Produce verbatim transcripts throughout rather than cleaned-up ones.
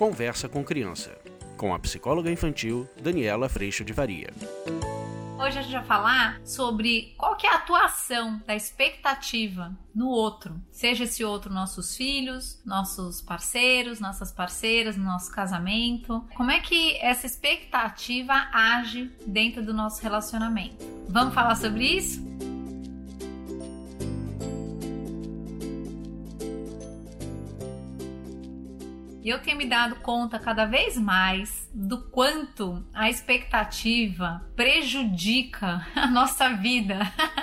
Conversa com Criança, com a psicóloga infantil Daniela Freixo de Varia. Hoje a gente vai falar sobre qual que é a atuação da expectativa no outro, seja esse outro nossos filhos, nossos parceiros, nossas parceiras, no nosso casamento. Como é que essa expectativa age dentro do nosso relacionamento? Vamos falar sobre isso? E eu tenho me dado conta cada vez mais do quanto a expectativa prejudica a nossa vida.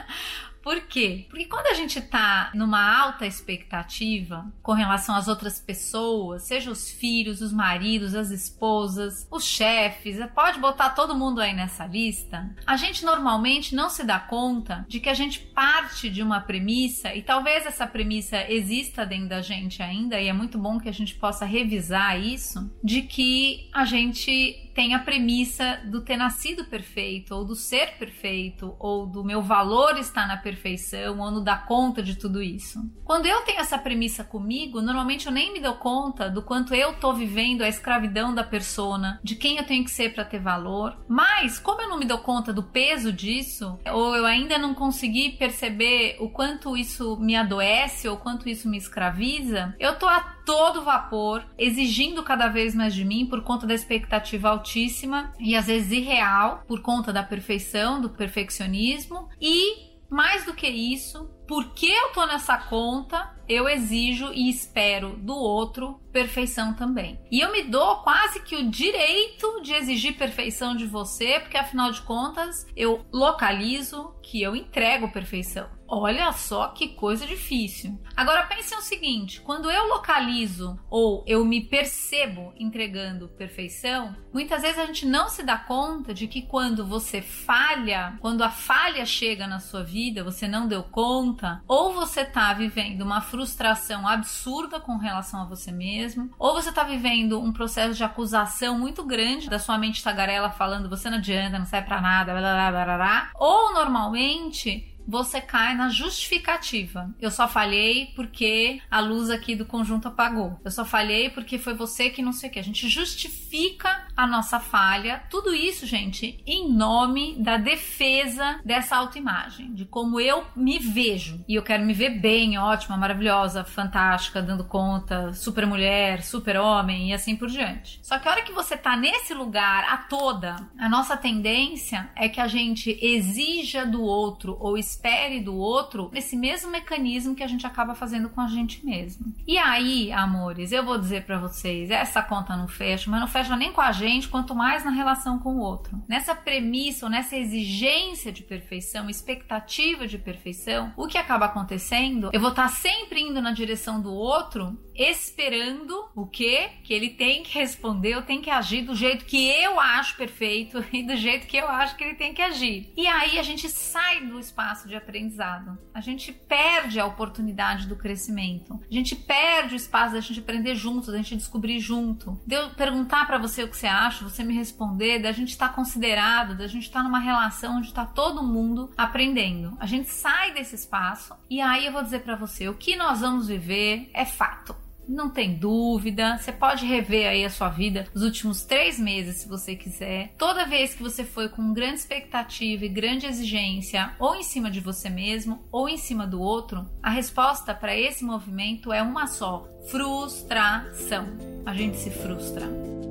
Por quê? Porque quando a gente tá numa alta expectativa com relação às outras pessoas, seja os filhos, os maridos, as esposas, os chefes, pode botar todo mundo aí nessa lista, a gente normalmente não se dá conta de que a gente parte de uma premissa, e talvez essa premissa exista dentro da gente ainda, e é muito bom que a gente possa revisar isso, de que a gente tem a premissa do ter nascido perfeito, ou do ser perfeito, ou do meu valor estar na perfeição, ou no dar conta de tudo isso. Quando eu tenho essa premissa comigo, normalmente eu nem me dou conta do quanto eu tô vivendo a escravidão da persona, de quem eu tenho que ser para ter valor. Mas, como eu não me dou conta do peso disso, ou eu ainda não consegui perceber o quanto isso me adoece, ou quanto isso me escraviza, eu tô a todo vapor, exigindo cada vez mais de mim por conta da expectativa altíssima e às vezes irreal, por conta da perfeição, do perfeccionismo. E mais do que isso, porque eu tô nessa conta, eu exijo e espero do outro perfeição também. E eu me dou quase que o direito de exigir perfeição de você, porque afinal de contas eu localizo que eu entrego perfeição. Olha só que coisa difícil. Agora pense o seguinte, quando eu localizo ou eu me percebo entregando perfeição, muitas vezes a gente não se dá conta de que quando você falha, quando a falha chega na sua vida, você não deu conta, ou você tá vivendo uma frustração absurda com relação a você mesmo, ou você tá vivendo um processo de acusação muito grande da sua mente tagarela falando você não adianta, não serve pra nada, blá, blá, blá, blá, blá. Ou normalmente você cai na justificativa. Eu só falhei porque a luz aqui do conjunto apagou. Eu só falhei porque foi você que não sei o que. A gente justifica a nossa falha. Tudo isso, gente, em nome da defesa dessa autoimagem, de como eu me vejo. E eu quero me ver bem, ótima, maravilhosa, fantástica, dando conta, super mulher, super homem e assim por diante. Só que a hora que você tá nesse lugar a toda, a nossa tendência é que a gente exija do outro ou espere do outro esse mesmo mecanismo que a gente acaba fazendo com a gente mesmo. E aí, amores, eu vou dizer pra vocês, essa conta não fecha, mas não fecha nem com a gente, quanto mais na relação com o outro. Nessa premissa ou nessa exigência de perfeição, expectativa de perfeição, o que acaba acontecendo, eu vou estar sempre indo na direção do outro, esperando o quê? Que ele tem que responder, eu tenho que agir do jeito que eu acho perfeito e do jeito que eu acho que ele tem que agir. E aí a gente sai do espaço de aprendizado. A gente perde a oportunidade do crescimento. A gente perde o espaço da gente aprender junto, da gente descobrir junto. De eu perguntar pra você o que você acha, você me responder, da gente estar considerado, da gente estar numa relação onde tá todo mundo aprendendo. A gente sai desse espaço e aí eu vou dizer pra você, o que nós vamos viver é fato. Não tem dúvida, você pode rever aí a sua vida nos últimos três meses, se você quiser. Toda vez que você foi com grande expectativa e grande exigência, ou em cima de você mesmo, ou em cima do outro, a resposta para esse movimento é uma só: frustração. A gente se frustra.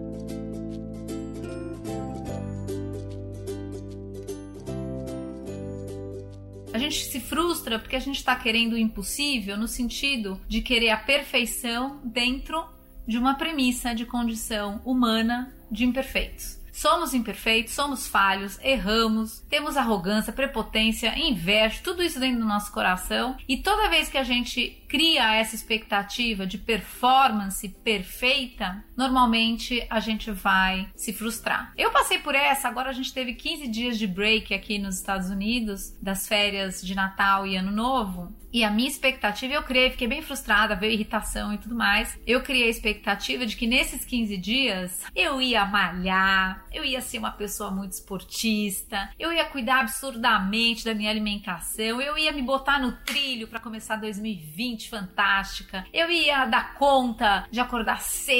A gente se frustra porque a gente está querendo o impossível no sentido de querer a perfeição dentro de uma premissa de condição humana de imperfeitos. Somos imperfeitos, somos falhos, erramos, temos arrogância, prepotência, inveja, tudo isso dentro do nosso coração. E toda vez que a gente cria essa expectativa de performance perfeita, normalmente a gente vai se frustrar. Eu passei por essa, agora a gente teve quinze dias de break aqui nos Estados Unidos, das férias de Natal e Ano Novo. E a minha expectativa, eu criei, fiquei bem frustrada, veio irritação e tudo mais. Eu criei a expectativa de que nesses quinze dias eu ia malhar, eu ia ser uma pessoa muito esportista, eu ia cuidar absurdamente da minha alimentação, eu ia me botar no trilho para começar dois mil e vinte fantástica, eu ia dar conta de acordar cedo,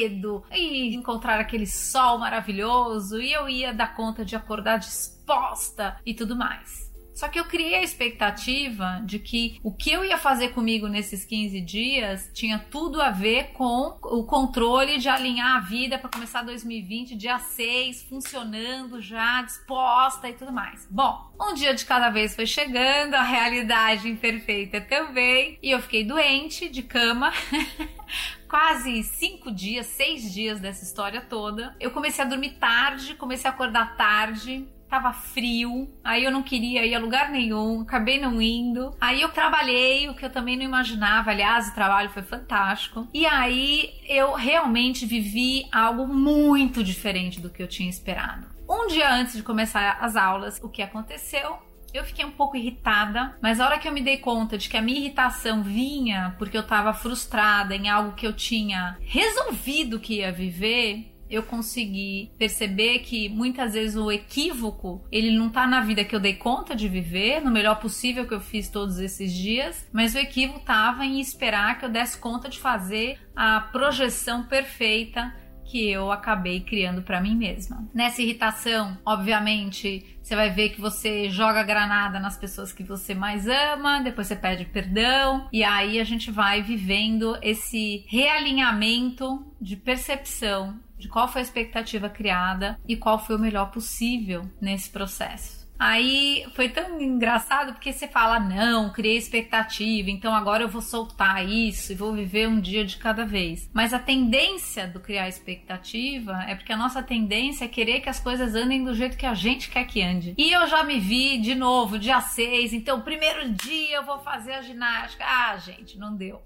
e encontrar aquele sol maravilhoso, e eu ia dar conta de acordar disposta e tudo mais. Só que eu criei a expectativa de que o que eu ia fazer comigo nesses quinze dias tinha tudo a ver com o controle de alinhar a vida para começar dois mil e vinte, dia seis, funcionando já, disposta e tudo mais. Bom, um dia de cada vez foi chegando, a realidade imperfeita também, e eu fiquei doente, de cama, quase cinco dias, seis dias dessa história toda. Eu comecei a dormir tarde, comecei a acordar tarde, tava frio, aí eu não queria ir a lugar nenhum, acabei não indo. Aí eu trabalhei, o que eu também não imaginava, aliás, o trabalho foi fantástico. E aí eu realmente vivi algo muito diferente do que eu tinha esperado. Um dia antes de começar as aulas, o que aconteceu? Eu fiquei um pouco irritada, mas a hora que eu me dei conta de que a minha irritação vinha porque eu tava frustrada em algo que eu tinha resolvido que ia viver, eu consegui perceber que muitas vezes o equívoco, ele não tá na vida que eu dei conta de viver, no melhor possível que eu fiz todos esses dias, mas o equívoco tava em esperar que eu desse conta de fazer a projeção perfeita que eu acabei criando pra mim mesma. Nessa irritação, obviamente, você vai ver que você joga granada nas pessoas que você mais ama, depois você pede perdão, e aí a gente vai vivendo esse realinhamento de percepção de qual foi a expectativa criada e qual foi o melhor possível nesse processo. Aí foi tão engraçado porque você fala, não, criei expectativa, então agora eu vou soltar isso e vou viver um dia de cada vez. Mas a tendência do criar expectativa é porque a nossa tendência é querer que as coisas andem do jeito que a gente quer que ande. E eu já me vi de novo, dia seis, então primeiro dia eu vou fazer a ginástica. Ah, gente, não deu.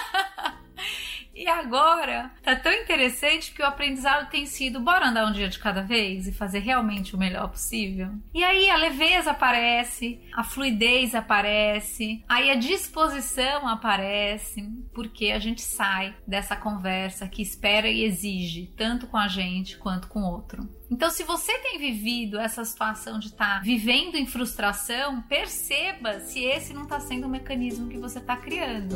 E agora tá tão interessante que o aprendizado tem sido bora andar um dia de cada vez e fazer realmente o melhor possível. E aí a leveza aparece, a fluidez aparece, aí a disposição aparece, porque a gente sai dessa conversa que espera e exige, tanto com a gente quanto com o outro. Então, se você tem vivido essa situação de estar tá vivendo em frustração, perceba se esse não está sendo um mecanismo que você está criando.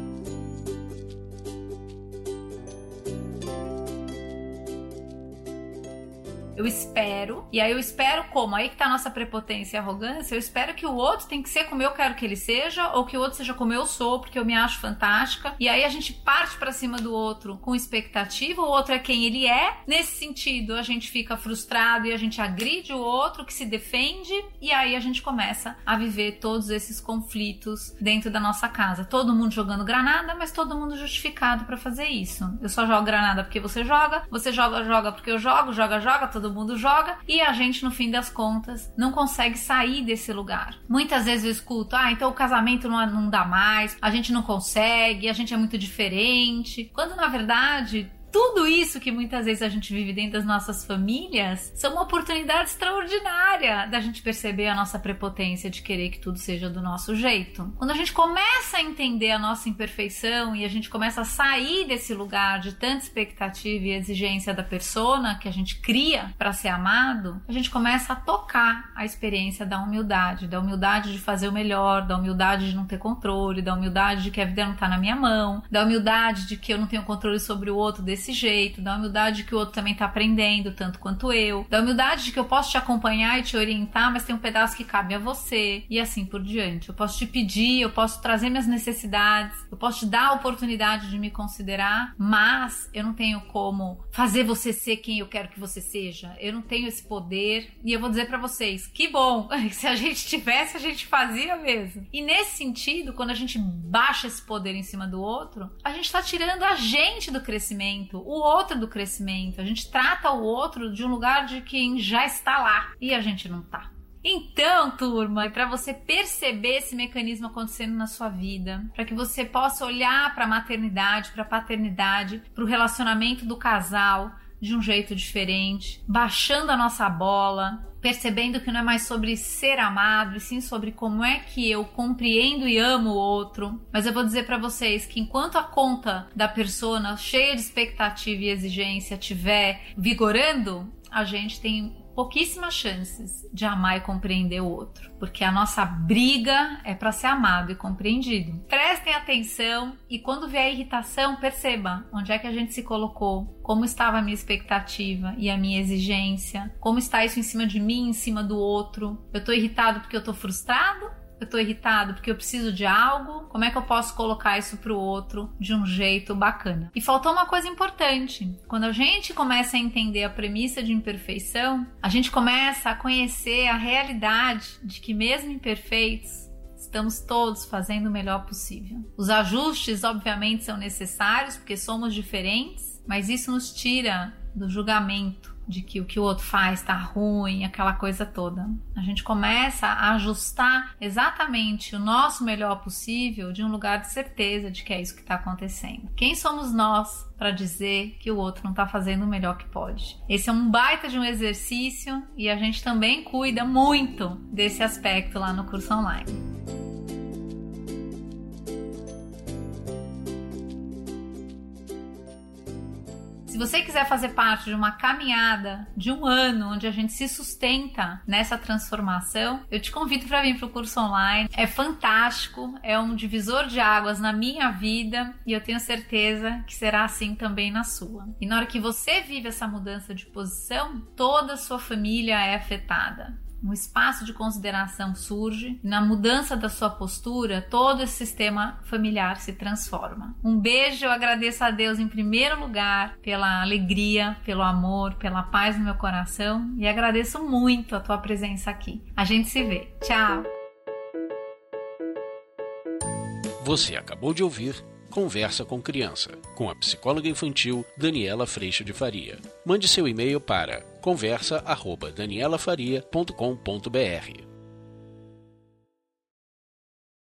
Eu espero, e aí eu espero como? Aí que tá a nossa prepotência e arrogância, eu espero que o outro tem que ser como eu quero que ele seja, ou que o outro seja como eu sou, porque eu me acho fantástica, e aí a gente parte pra cima do outro com expectativa, o outro é quem ele é, nesse sentido a gente fica frustrado e a gente agride o outro que se defende, e aí a gente começa a viver todos esses conflitos dentro da nossa casa, todo mundo jogando granada, mas todo mundo justificado pra fazer isso. Eu só jogo granada porque você joga, você joga, joga porque eu jogo, joga, joga, todo Todo mundo joga e a gente, no fim das contas, não consegue sair desse lugar. Muitas vezes eu escuto, ah, então o casamento não, não dá mais, a gente não consegue, a gente é muito diferente. Quando, na verdade, tudo isso que muitas vezes a gente vive dentro das nossas famílias são uma oportunidade extraordinária da gente perceber a nossa prepotência de querer que tudo seja do nosso jeito. Quando a gente começa a entender a nossa imperfeição e a gente começa a sair desse lugar de tanta expectativa e exigência da persona que a gente cria para ser amado, a gente começa a tocar a experiência da humildade, da humildade de fazer o melhor, da humildade de não ter controle, da humildade de que a vida não tá na minha mão, da humildade de que eu não tenho controle sobre o outro desse jeito, da humildade de que o outro também tá aprendendo tanto quanto eu, da humildade de que eu posso te acompanhar e te orientar, mas tem um pedaço que cabe a você, e assim por diante. Eu posso te pedir, eu posso trazer minhas necessidades, eu posso te dar a oportunidade de me considerar, mas eu não tenho como fazer você ser quem eu quero que você seja. Eu não tenho esse poder, e eu vou dizer pra vocês, que bom, se a gente tivesse, a gente fazia mesmo. E nesse sentido, quando a gente baixa esse poder em cima do outro, a gente tá tirando a gente do crescimento, o outro do crescimento. A gente trata o outro de um lugar de quem já está lá e a gente não tá. Então, turma, é para você perceber esse mecanismo acontecendo na sua vida, para que você possa olhar para a maternidade, para a paternidade, para o relacionamento do casal de um jeito diferente, baixando a nossa bola, percebendo que não é mais sobre ser amado, e sim sobre como é que eu compreendo e amo o outro. Mas eu vou dizer pra vocês que enquanto a conta da persona cheia de expectativa e exigência estiver vigorando, a gente tem pouquíssimas chances de amar e compreender o outro, porque a nossa briga é para ser amado e compreendido. Prestem atenção e quando vier a irritação, perceba onde é que a gente se colocou, como estava a minha expectativa e a minha exigência, como está isso em cima de mim, em cima do outro. Eu tô irritado porque eu tô frustrado? Eu tô irritado porque eu preciso de algo? Como é que eu posso colocar isso pro outro de um jeito bacana? E faltou uma coisa importante. Quando a gente começa a entender a premissa de imperfeição, a gente começa a conhecer a realidade de que mesmo imperfeitos, estamos todos fazendo o melhor possível. Os ajustes, obviamente, são necessários porque somos diferentes, mas isso nos tira do julgamento de que o que o outro faz tá ruim, aquela coisa toda. A gente começa a ajustar exatamente o nosso melhor possível de um lugar de certeza de que é isso que está acontecendo. Quem somos nós para dizer que o outro não está fazendo o melhor que pode? Esse é um baita de um exercício e a gente também cuida muito desse aspecto lá no curso online. Se você quiser fazer parte de uma caminhada de um ano onde a gente se sustenta nessa transformação, eu te convido para vir para o curso online. É fantástico, é um divisor de águas na minha vida e eu tenho certeza que será assim também na sua. E na hora que você vive essa mudança de posição, toda a sua família é afetada. Um espaço de consideração surge e na mudança da sua postura, todo esse sistema familiar se transforma. Um beijo, eu agradeço a Deus em primeiro lugar pela alegria, pelo amor, pela paz no meu coração e agradeço muito a tua presença aqui. A gente se vê. Tchau! Você acabou de ouvir Conversa com Criança, com a psicóloga infantil Daniela Freixo de Faria. Mande seu e-mail para conversa arroba daniela faria ponto com ponto br.